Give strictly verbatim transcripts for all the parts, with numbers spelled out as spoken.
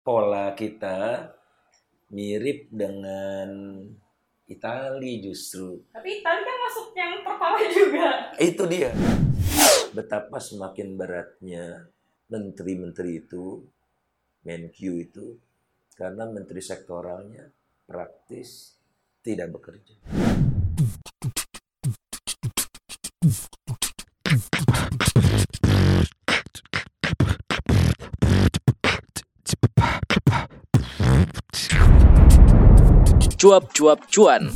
pola kita mirip dengan Itali justru. Tapi Itali kan masuk yang terparah juga. Itu dia. Betapa semakin beratnya menteri-menteri itu, Menkyu itu, karena menteri sektoralnya praktis tidak bekerja. Cuap-cuap cuan.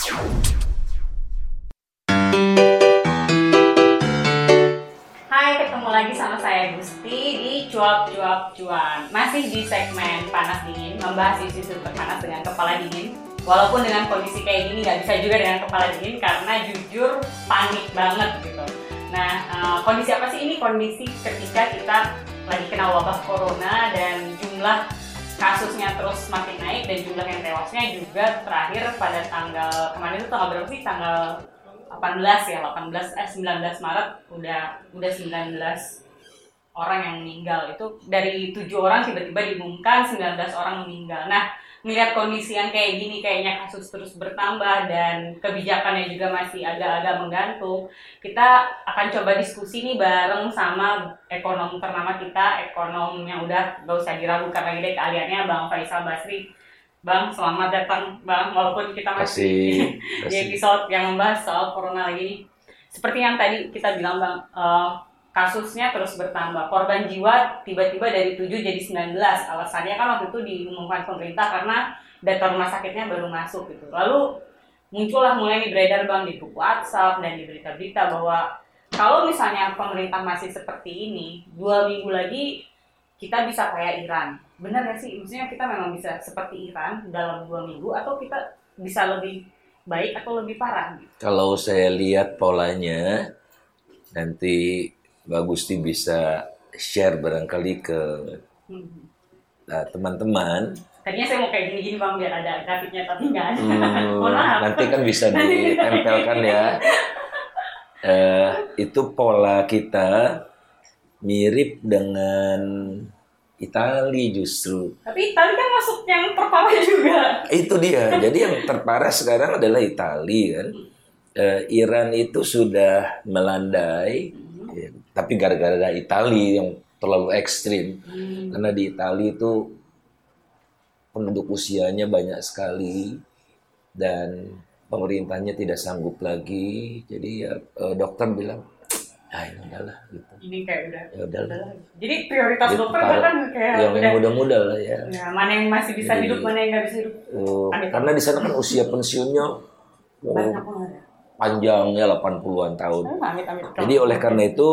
Hai, ketemu lagi sama saya Gusti di Cuap-cuap cuan. Masih di segmen panas dingin, membahas isu-isu terpanas dengan kepala dingin. Walaupun dengan kondisi kayak gini nggak bisa juga dengan kepala dingin karena jujur panik banget gitu. Nah, uh, kondisi apa sih ini? Kondisi ketika kita lagi kena wabah corona dan jumlah kasusnya terus semakin naik dan jumlah yang tewasnya juga terakhir pada tanggal kemarin itu tanggal berapa sih? Tanggal delapan belas ya, delapan belas eh sembilan belas Maret udah udah sembilan belas orang yang meninggal. Itu dari tujuh orang tiba-tiba diumumkan sembilan belas orang meninggal. Nah, melihat kondisi yang kayak gini kayaknya kasus terus bertambah dan kebijakannya juga masih agak-agak menggantung. Kita akan coba diskusi nih bareng sama ekonom ternama kita, ekonom yang udah gak usah diragukan lagi deh keahliannya, Bang Faisal Basri. Bang, selamat datang Bang, walaupun kita masih Kasih, di episode yang membahas soal corona lagi nih. Seperti yang tadi kita bilang Bang, uh, kasusnya terus bertambah. Korban jiwa tiba-tiba dari tujuh jadi sembilan belas. Alasannya kan waktu itu diumumkan pemerintah karena data rumah sakitnya baru masuk gitu. Lalu muncullah mulai nih beredar Bang di grup WhatsApp dan di berita-berita bahwa kalau misalnya pemerintah masih seperti ini, dua minggu lagi kita bisa kayak Iran. Benar nggak sih? Maksudnya kita memang bisa seperti Iran dalam dua minggu atau kita bisa lebih baik atau lebih parah? Kalau saya lihat polanya, nanti Mbak Gusti bisa share barangkali ke hmm. uh, teman-teman. Tadinya saya mau kayak gini-gini Bang, biar ada grafiknya, tapi nggak ada. Hmm, Mohon maaf. nanti kan bisa ditempelkan ya. Uh, itu pola kita mirip dengan Itali justru. Tapi Itali kan masuk yang terparah juga. Itu dia. Jadi yang terparah sekarang adalah Itali kan. Uh, Iran itu sudah melandai, hmm. ya, tapi gara-gara Itali yang terlalu ekstrim. Hmm. Karena di Itali itu penduduk usianya banyak sekali dan pemerintahnya tidak sanggup lagi. Jadi ya uh, dokter bilang, ah ini udahlah gitu. Ini kayak udah. Ya udahlah. Jadi prioritas Jadi, dokter kan kayak yang, udah, yang muda-muda lah ya. Ya, mana yang masih bisa Jadi, hidup, mana yang nggak bisa hidup. Uh, karena di sana kan usia pensiunnya banyak banget. Panjangnya delapan puluhan tahun. Oh, amit, amit. Jadi oleh karena itu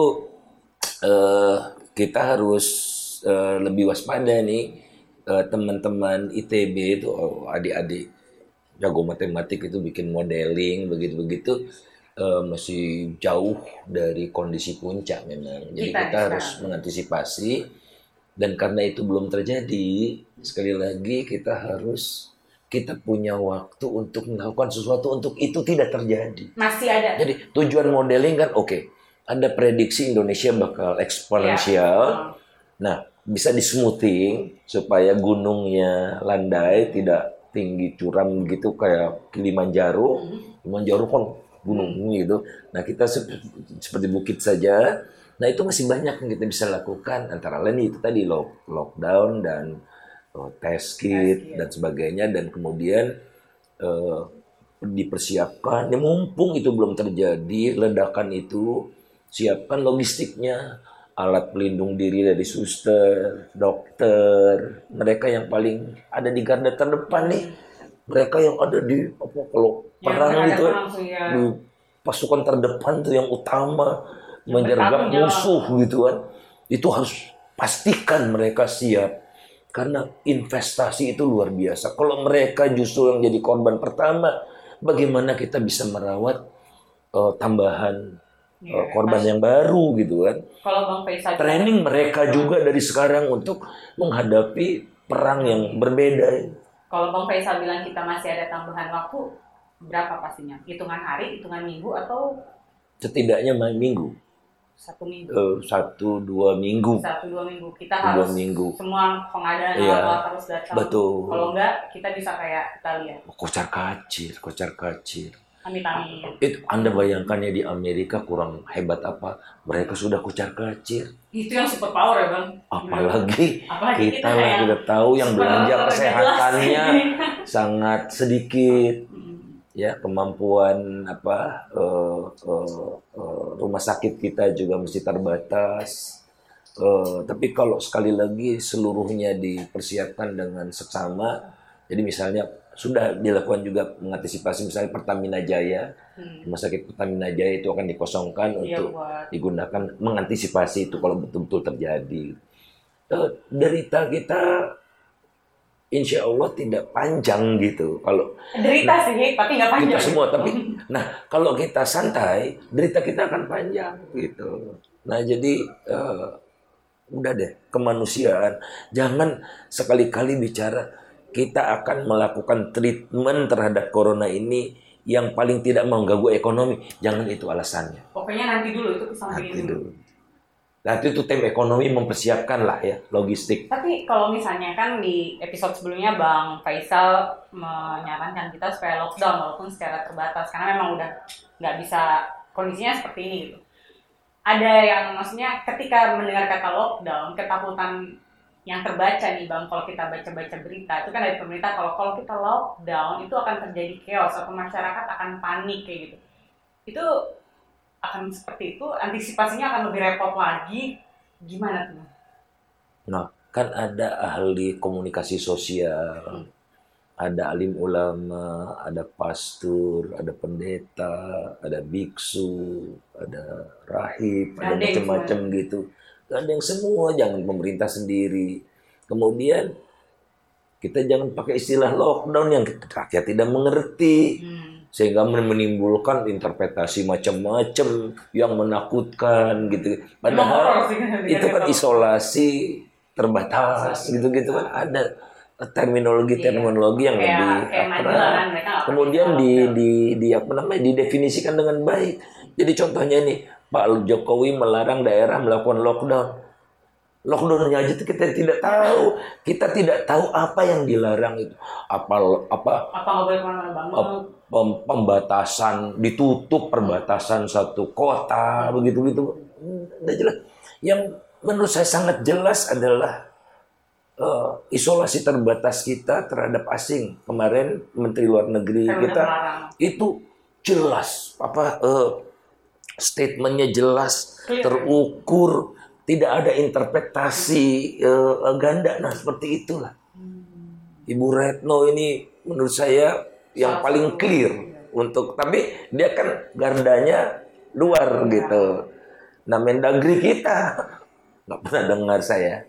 uh, kita harus uh, lebih waspada nih uh, teman-teman I T B itu, oh, adik-adik jago matematik itu bikin modeling begitu-begitu. Uh, masih jauh dari kondisi puncak memang. Jadi kita, kita harus mengantisipasi dan karena itu belum terjadi, sekali lagi kita harus kita punya waktu untuk melakukan sesuatu untuk itu tidak terjadi. Masih ada. Jadi tujuan modeling kan oke, okay, ada prediksi Indonesia bakal eksponensial. Ya. Nah, bisa di smoothing supaya gunungnya landai, tidak tinggi curam gitu kayak Kilimanjaro. Hmm. Kilimanjaro kan gunung gitu. Nah kita seperti bukit saja. Nah itu masih banyak yang kita bisa lakukan. Antara lain itu tadi lock, lockdown dan uh, test kit dan sebagainya. Dan kemudian uh, dipersiapkan. Ya, mumpung itu belum terjadi ledakan itu, siapkan logistiknya, alat pelindung diri dari suster, dokter, mereka yang paling ada di garda terdepan nih. Mereka yang ada di apa kalau perang ya, itu ya. Di pasukan terdepan tuh yang utama yang menyergap musuh gitu kan, itu harus pastikan mereka siap karena investasi itu luar biasa. Kalau mereka justru yang jadi korban pertama, bagaimana kita bisa merawat uh, tambahan ya, uh, korban pas. Yang baru gitu kan. Kalau Bang Faisal training mereka juga dari sekarang untuk menghadapi perang yang berbeda. Kalau Bang Faisal bilang kita masih ada tambahan waktu, berapa pastinya? Hitungan hari, hitungan minggu, atau? Setidaknya minggu. satu minggu. Uh, satu dua minggu. Satu dua minggu kita harus dua minggu. Semua pengadaan Iya, awal harus datang. Betul. Kalau enggak kita bisa kayak Italia. Kocar kacir, kocar kacir. Amit amit. Itu Anda bayangkannya di Amerika kurang hebat apa? Mereka sudah kocar kacir. Itu yang super power ya bang. Apalagi, Apalagi kita lah sudah tahu yang belanja kesehatannya sangat sedikit. Ya, kemampuan apa uh, uh, uh, rumah sakit kita juga masih terbatas. Uh, tapi kalau sekali lagi seluruhnya dipersiapkan dengan seksama, jadi misalnya sudah dilakukan juga mengantisipasi, misalnya Pertamina Jaya, hmm. rumah sakit Pertamina Jaya itu akan dikosongkan ya, untuk buat. digunakan mengantisipasi itu kalau betul-betul terjadi. Uh, derita kita Insya Allah tidak panjang gitu. Kalau derita nah, sih, tapi nggak panjang. Kita semua, tapi nah kalau kita santai, derita kita akan panjang gitu. Nah jadi uh, udah deh kemanusiaan. Jangan sekali-kali bicara kita akan melakukan treatment terhadap corona ini yang paling tidak mengganggu ekonomi. Jangan itu alasannya. Pokoknya nanti dulu itu kesampingin nanti dulu. Nanti itu tim ekonomi mempersiapkan lah ya, logistik. Tapi kalau misalnya kan di episode sebelumnya Bang Faisal menyarankan kita supaya lockdown walaupun secara terbatas. Karena memang udah nggak bisa, kondisinya seperti ini gitu. Ada yang maksudnya ketika mendengar kata lockdown, ketakutan yang terbaca nih Bang, kalau kita baca-baca berita, itu kan dari pemerintah, kalau kalau kita lockdown itu akan terjadi chaos atau masyarakat akan panik kayak gitu. Itu akan seperti itu, antisipasinya akan lebih repot lagi, gimana tuh? Nah, kan ada ahli komunikasi sosial, hmm. ada alim ulama, ada pastor, ada pendeta, ada biksu, ada rahib, ada macam-macam gitu. Gandeng semua, jangan pemerintah sendiri. Kemudian kita jangan pakai istilah lockdown yang rakyat tidak mengerti. Hmm. Sehingga menimbulkan interpretasi macam-macam yang menakutkan gitu. Padahal itu kan isolasi terbatas gitu-gitu kan, ada terminologi-terminologi yang lebih akurat. Kemudian di di di apa namanya didefinisikan dengan baik. Jadi contohnya ini Pak Jokowi melarang daerah melakukan lockdown. Lockdownnya aja kita tidak tahu, kita tidak tahu apa yang dilarang itu, apa apa apa nggak boleh kemana-mana banget, pembatasan, ditutup perbatasan satu kota, begitu gitu, udah jelas. Yang menurut saya sangat jelas adalah uh, isolasi terbatas kita terhadap asing. Kemarin Menteri Luar Negeri Saya kita itu jelas, apa uh, statementnya jelas, clear, terukur. Tidak ada interpretasi uh, ganda, nah seperti itulah. Hmm. Ibu Retno ini menurut saya yang Salah paling clear ya. Untuk, tapi dia kan gardanya luar ya. Gitu. Nah Mendagri kita nggak pernah dengar saya.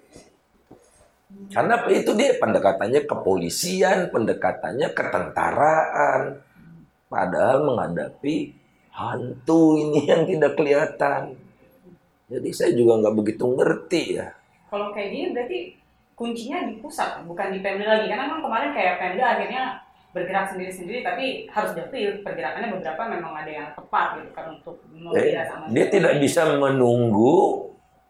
Hmm. Karena itu dia pendekatannya kepolisian, pendekatannya ketentaraan, padahal menghadapi hantu ini yang tidak kelihatan. Jadi saya juga nggak begitu ngerti ya. Kalau kayak gini berarti kuncinya di pusat, bukan di Pemda lagi. Karena memang kemarin kayak Pemda akhirnya bergerak sendiri-sendiri, tapi harus dapil pergerakannya beberapa memang ada yang tepat gitu kan untuk eh, sama dia tidak bisa menunggu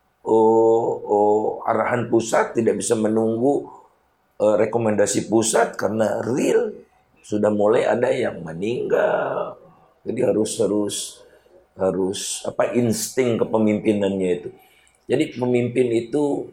oh, oh, arahan pusat, tidak bisa menunggu uh, rekomendasi pusat karena real sudah mulai ada yang meninggal. Jadi harus harus harus apa insting kepemimpinannya itu. Jadi pemimpin itu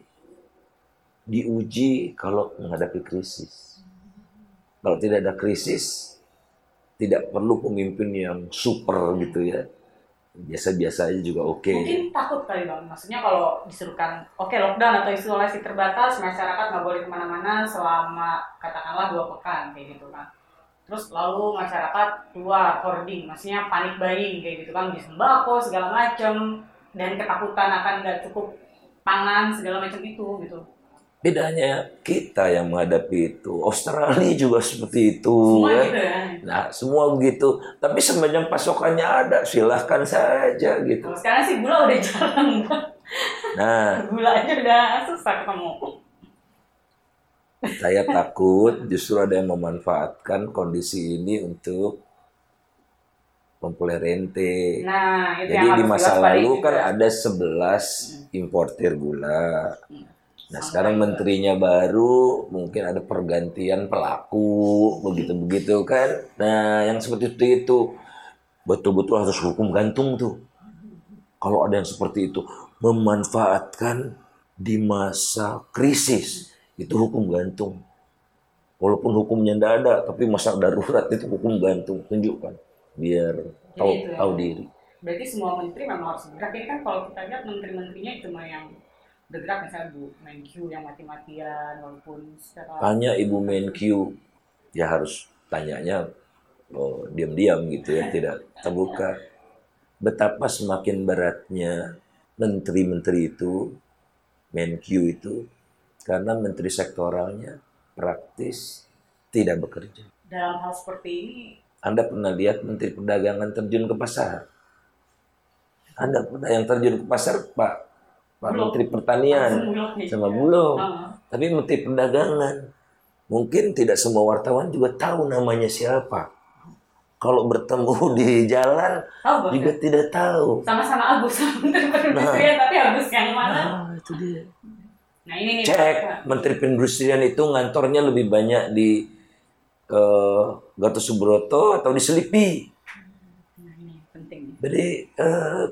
diuji kalau menghadapi krisis. Kalau tidak ada krisis, tidak perlu pemimpin yang super gitu ya. Biasa-biasa aja juga oke. Okay. Mungkin takut kali Bang. Maksudnya kalau disuruhkan oke okay, lockdown atau isolasi terbatas, masyarakat nggak boleh kemana-mana selama katakanlah dua pekan kayak gitu kan. Terus lalu masyarakat keluar hoarding, maksudnya panik buying kayak gitu kan, beli sembako segala macam, dan ketakutan akan nggak cukup pangan segala macam itu gitu. Bedanya kita yang menghadapi itu, Australia juga seperti itu. Semua ya. Gitu ya. Nah semua begitu. Tapi sebenarnya pasokannya ada, silahkan saja gitu. Kalau sekarang sih gula udah jarang. Nah, gula aja udah susah ketemu. Saya takut justru ada yang memanfaatkan kondisi ini untuk memperoleh rente. Nah, itu Jadi yang di harus masa diwaspadai lalu juga. kan ada sebelas importir gula. Hmm. Nah, Sampai sekarang juga. menterinya baru, mungkin ada pergantian pelaku, begitu-begitu kan. Nah, yang seperti itu, itu betul-betul harus hukum gantung tuh. Kalau ada yang seperti itu, memanfaatkan di masa krisis, itu hukum gantung. Walaupun hukumnya tidak ada, tapi masa darurat itu hukum gantung. Tunjukkan, biar tahu Jadi itu tahu ya. diri. Berarti semua menteri memang harus bergerak. Ini kan kalau kita lihat menteri-menterinya cuma yang bergerak, misalnya Bu Menkyu yang mati-matian, walaupun secara Tanya Ibu Menkyu, ya harus tanyanya oh, diam-diam gitu ya, tidak terbuka. Betapa semakin beratnya menteri-menteri itu, Menkyu itu, karena menteri sektoralnya praktis tidak bekerja. dalam hal seperti ini. Anda pernah lihat menteri perdagangan terjun ke pasar? Anda pernah yang terjun ke pasar, Pak? Pak Belum. Menteri Pertanian Langsung Bulog nih. sama Bulog. Ah. Tapi Menteri Perdagangan, mungkin tidak semua wartawan juga tahu namanya siapa. Kalau bertemu di jalan Tahu juga bahkan. tidak tahu. Sama-sama Agus sama Menteri Perindustrian, tapi Agus yang mana? Ah, itu dia. Nah ini nih. Cek, Pak. Menteri Perindustrian itu ngantornya lebih banyak di eh, Gatot Subroto atau di Selipi. Nah ini penting. Jadi eh,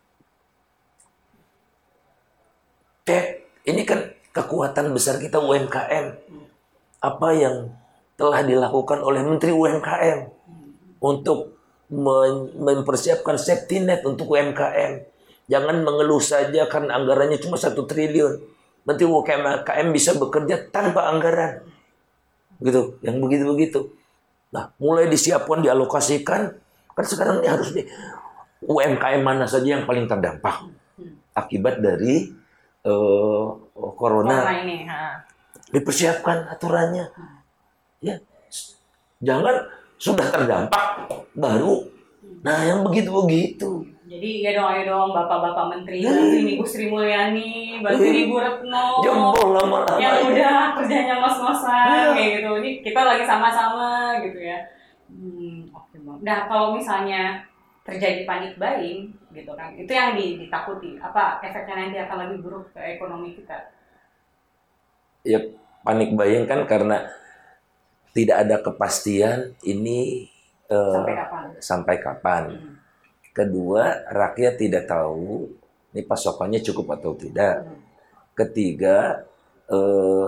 cek, ini kan kekuatan besar kita U M K M. Apa yang telah dilakukan oleh Menteri U M K M untuk men- mempersiapkan safety net untuk U M K M. Jangan mengeluh saja karena anggarannya cuma satu triliun. Menteri U M K M bisa bekerja tanpa anggaran. Gitu, yang begitu-begitu. Nah, mulai disiapkan, dialokasikan. Kan sekarang ini harus di U M K M mana saja yang paling terdampak akibat dari uh, corona. Corona ini. Ha. Dipersiapkan aturannya. Ya, jangan sudah terdampak baru. Nah, yang begitu-begitu. Jadi ya dong, ayo dong Bapak-Bapak Menteri, bantuin Ibu Sri Mulyani, bantuin Ibu Retno. Jempol lama-lama. Yang udah kerjanya ngos-ngosan kayak gitu. Ini kita lagi sama-sama gitu ya. Hmm, oke Bang. Nah, kalau misalnya terjadi panik buying gitu kan, itu yang ditakuti. Apa efeknya nanti akan lebih buruk ke ekonomi kita? Ya, panik buying kan karena tidak ada kepastian ini eh, Sampai kapan? sampai kapan. Hmm. Kedua, rakyat tidak tahu ini pasokannya cukup atau tidak. Hmm. Ketiga, eh,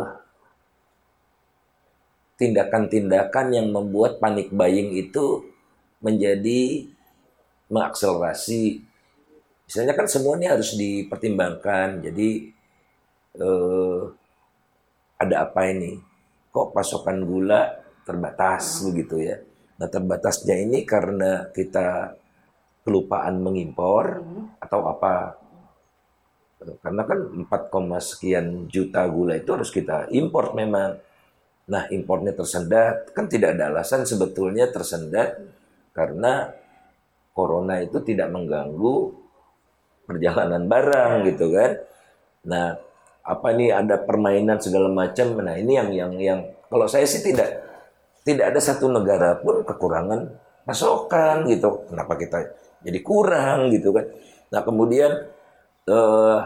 tindakan-tindakan yang membuat panik buying itu menjadi mengakselerasi. Misalnya kan semua ini harus dipertimbangkan. Jadi eh, ada apa ini? Kok pasokan gula terbatas begitu ya? Nah, terbatasnya ini karena kita kelupaan mengimpor Hmm. atau apa? Karena kan empat, sekian juta gula itu harus kita impor memang. Nah, impornya tersendat, kan tidak ada alasan sebetulnya tersendat karena corona itu tidak mengganggu perjalanan barang gitu kan. Nah, apa nih ada permainan segala macam. Nah, ini yang yang yang kalau saya sih tidak tidak ada satu negara pun kekurangan pasokan gitu. Kenapa kita jadi kurang gitu kan? Nah, kemudian eh,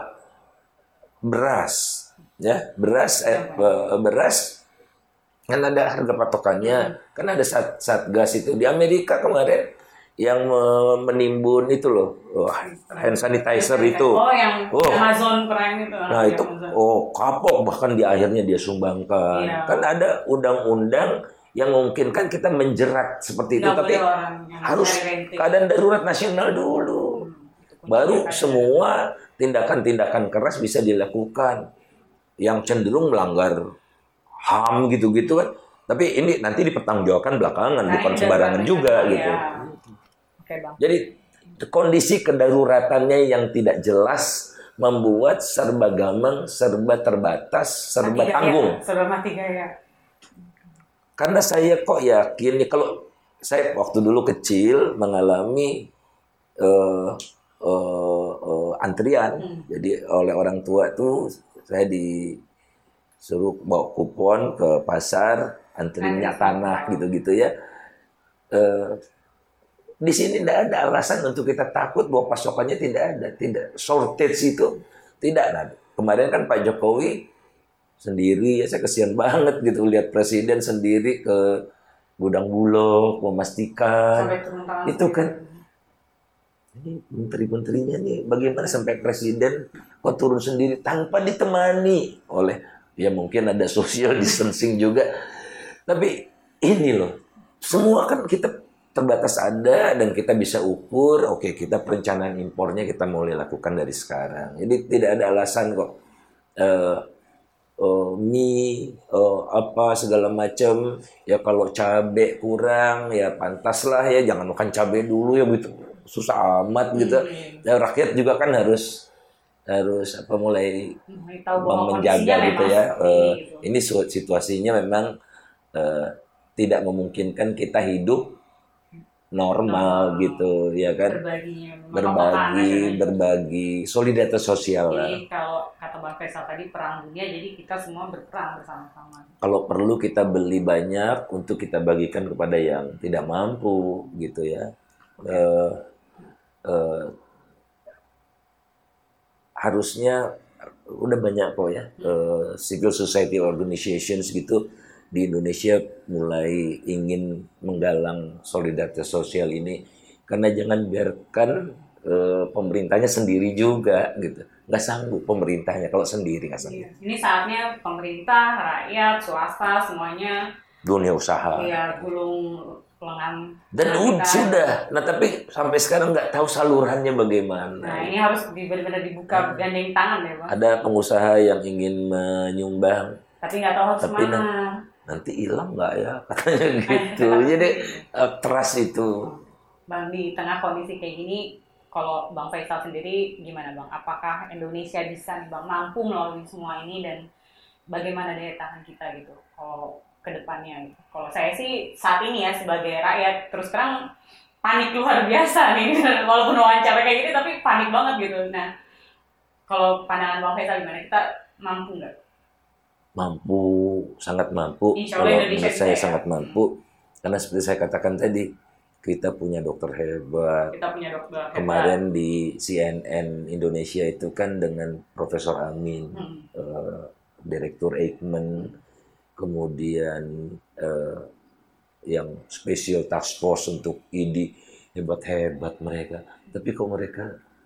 beras ya, beras eh, beras kan ada harga patokannya, kan ada sat satgas itu di Amerika kemarin yang menimbun itu loh, oh, hand sanitizer itu. Oh, yang oh. Amazon Prime itu. Nah itu, oh kapok bahkan di akhirnya dia sumbangkan. Iya. Kan ada undang-undang yang memungkinkan kita menjerat seperti itu, Nggak tapi harus keadaan darurat nasional dulu. Hmm, baru semua tindakan-tindakan keras bisa dilakukan yang cenderung melanggar H A M gitu-gitu kan. Tapi ini nanti dipertanggungjawabkan belakangan, nah, bukan sembarangan juga ya. Gitu. Oke, Bang. Jadi kondisi kedaratannya yang tidak jelas membuat serba gamang, serba terbatas, serba mati tanggung. Gaya. Serba mati gaya. Karena saya kok yakin nih, kalau saya waktu dulu kecil mengalami uh, uh, uh, antrian, hmm. jadi oleh orang tua tuh saya disuruh bawa kupon ke pasar, antri minyak tanah gitu-gitu ya. Uh, di sini tidak ada alasan untuk kita takut bahwa pasokannya tidak ada, tidak shortage itu tidak ada. Kemarin kan Pak Jokowi sendiri, ya saya kesian banget gitu lihat presiden sendiri ke gudang Bulog memastikan itu kan. Ini menteri-menterinya nih bagaimana sampai presiden kok turun sendiri tanpa ditemani oleh, ya mungkin ada social distancing juga. Tapi ini loh, semua kan kita terbatas ada dan kita bisa ukur. Oke, kita perencanaan impornya kita mulai lakukan dari sekarang. Jadi tidak ada alasan kok uh, uh, mie uh, apa segala macam ya, kalau cabai kurang ya pantaslah ya jangan makan cabai dulu ya gitu. Susah amat gitu. Hmm. Ya, rakyat juga kan harus harus apa mulai menjaga gitu ya. Uh, gitu. Ini situasinya memang uh, tidak memungkinkan kita hidup normal oh, gitu ya kan. Berbagi, berbagi, solidaritas sosial lah. Jadi kalau kata Bang Faisal tadi perang dunia, jadi kita semua berperang bersama-sama. Kalau perlu kita beli banyak untuk kita bagikan kepada yang tidak mampu gitu ya. Okay. Uh, uh, harusnya udah banyak kok ya uh, civil society organizations gitu di Indonesia mulai ingin menggalang solidaritas sosial ini, karena jangan biarkan uh, pemerintahnya sendiri juga gitu, nggak sanggup pemerintahnya kalau sendiri nggak sanggup. Ini saatnya pemerintah, rakyat, swasta semuanya dunia usaha. Iya, gulung lengan. Dan udah sudah, nah tapi sampai sekarang nggak tahu salurannya bagaimana. Nah ini harus benar-benar dibuka gandeng tangan ya Bang. Ada pengusaha yang ingin menyumbang, tapi nggak tahu harus tapi mana. Nanti hilang nggak ya katanya gitu. Jadi uh, trust itu. Bang, di tengah kondisi kayak gini, kalau Bang Faisal sendiri gimana Bang? Apakah Indonesia bisa nih Bang mampu melalui semua ini, dan bagaimana daya tahan kita gitu kalau ke depannya gitu? Kalau saya sih saat ini ya sebagai rakyat terus terang panik luar biasa nih. Walaupun wawancara kayak gini tapi panik banget gitu. Nah, kalau pandangan Bang Faisal gimana? Kita mampu nggak? Mampu, sangat mampu. Kalau menurut saya sangat mampu, karena seperti saya katakan tadi, kita punya dokter hebat. Kita punya dokter hebat. Kemarin di C N N Indonesia itu kan dengan Profesor Amin, hmm. uh, Direktur Eijkman, kemudian uh, yang Special Task Force untuk I D I, hebat-hebat mereka. Tapi kok mereka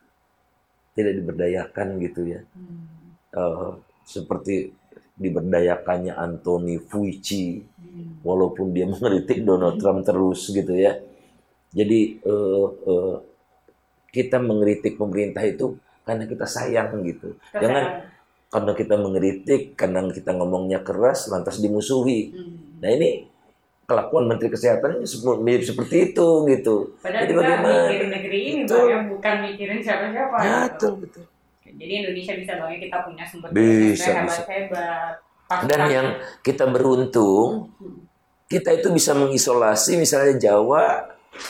tidak diberdayakan gitu ya. Hmm. Uh, seperti diberdayakannya Anthony Fauci, hmm. walaupun dia mengkritik Donald Trump terus gitu ya. Jadi uh, uh, kita mengkritik pemerintah itu karena kita sayang gitu. Kita Jangan sayang. Karena kita mengkritik, karena kita ngomongnya keras, lantas dimusuhi. Hmm. Nah ini kelakuan Menteri Kesehatan mirip seperti itu gitu. Padahal Jadi kita bagaimana? Mikirin negeri ini, Bang, ya, bukan mikirin siapa-siapa. Ya, betul, betul. Jadi Indonesia bisa banget, kita punya sumber daya hebat-hebat. Dan yang kita beruntung, kita itu bisa mengisolasi misalnya Jawa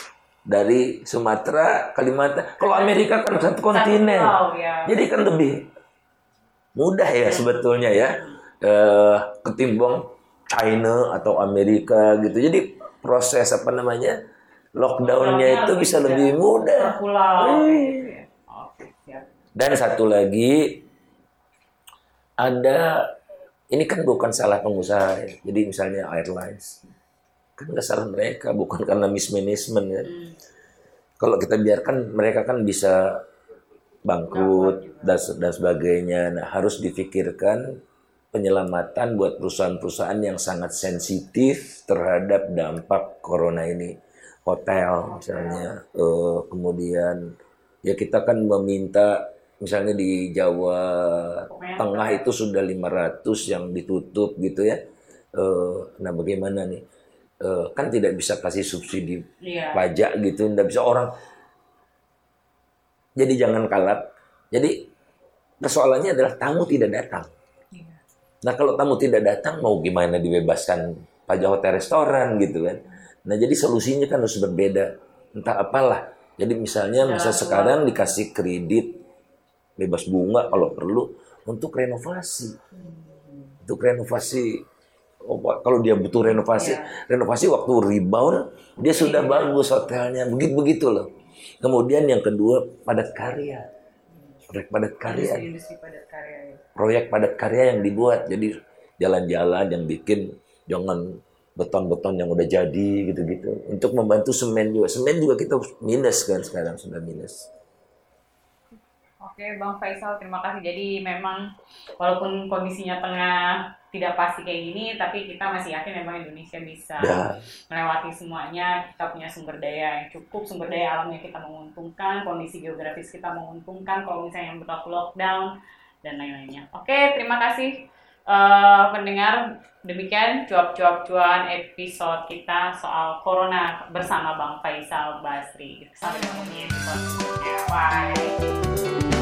dari Sumatera, Kalimantan. Kalau Amerika kan satu kontinen, satu, ya. Jadi kan lebih mudah ya sebetulnya ya, eh, ketimbang China atau Amerika gitu. Jadi proses apa namanya lockdownnya itu bisa lebih mudah. Hmm. Dan satu lagi, ada, ini kan bukan salah pengusaha ya. Jadi misalnya airlines, kan nggak salah mereka, bukan karena mismanagement ya. Hmm. Kalau kita biarkan mereka kan bisa bangkrut dan, dan sebagainya. Nah, harus difikirkan penyelamatan buat perusahaan-perusahaan yang sangat sensitif terhadap dampak corona ini. Hotel misalnya, uh, kemudian ya kita kan meminta, misalnya di Jawa Tengah itu sudah lima ratus yang ditutup gitu ya. Uh, nah bagaimana nih? Uh, kan tidak bisa kasih subsidi yeah. pajak gitu. Tidak bisa orang. Jadi jangan kalap. Jadi persoalannya adalah tamu tidak datang. Yeah. Nah kalau tamu tidak datang mau gimana dibebaskan pajak hotel restoran gitu kan. Nah jadi solusinya kan harus berbeda. Entah apalah. Jadi misalnya misal sekarang dikasih kredit bebas bunga kalau perlu untuk renovasi, hmm. untuk renovasi Oh, Pak, kalau dia butuh renovasi, Iya. renovasi waktu rebound dia sudah Iya. bagus hotelnya, begitu begitu loh. Kemudian yang kedua padat karya, proyek padat karya, Industri-industri padat karya. Ya. proyek padat karya yang dibuat. Jadi jalan-jalan yang bikin, jangan beton-beton yang udah jadi gitu-gitu. Untuk membantu semen juga, semen juga kita minus kan sekarang sudah minus. Oke, Bang Faisal, terima kasih. Jadi memang walaupun kondisinya tengah tidak pasti kayak gini, tapi kita masih yakin memang Indonesia bisa Ya. melewati semuanya. Kita punya sumber daya yang cukup, sumber daya alamnya kita menguntungkan, kondisi geografis kita menguntungkan, kalau misalnya yang berlaku lockdown, dan lain-lainnya. Oke, terima kasih eh, pendengar. Demikian cuap-cuap cuan episode kita soal Corona bersama Bang Faisal Basri. Sampai ketemu di episode berikutnya. Bye.